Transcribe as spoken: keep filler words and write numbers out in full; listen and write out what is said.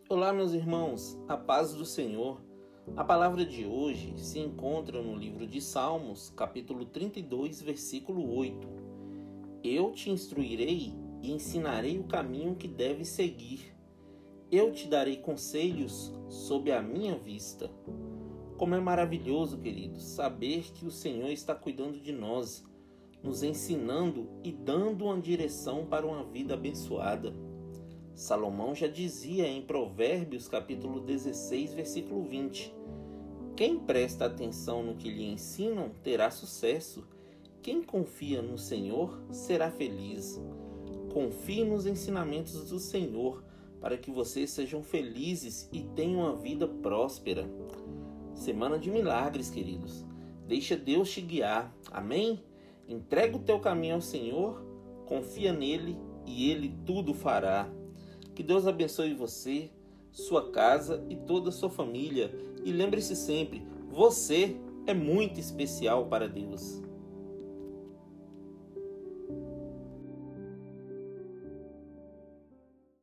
Olá, meus irmãos, a paz do Senhor. A palavra de hoje se encontra no livro de Salmos, capítulo trinta e dois, versículo oito. Eu te instruirei e ensinarei o caminho que deves seguir. Eu te darei conselhos sob a minha vista. Como é maravilhoso, queridos, saber que o Senhor está cuidando de nós, nos ensinando e dando uma direção para uma vida abençoada. Salomão já dizia em Provérbios capítulo dezesseis, versículo vinte: quem presta atenção no que lhe ensinam terá sucesso. Quem confia no Senhor será feliz. Confie nos ensinamentos do Senhor para que vocês sejam felizes e tenham uma vida próspera. Semana de milagres, queridos. Deixa Deus te guiar. Amém? Entrega o teu caminho ao Senhor, confia nele e ele tudo fará. Que Deus abençoe você, sua casa e toda a sua família. E lembre-se sempre, você é muito especial para Deus.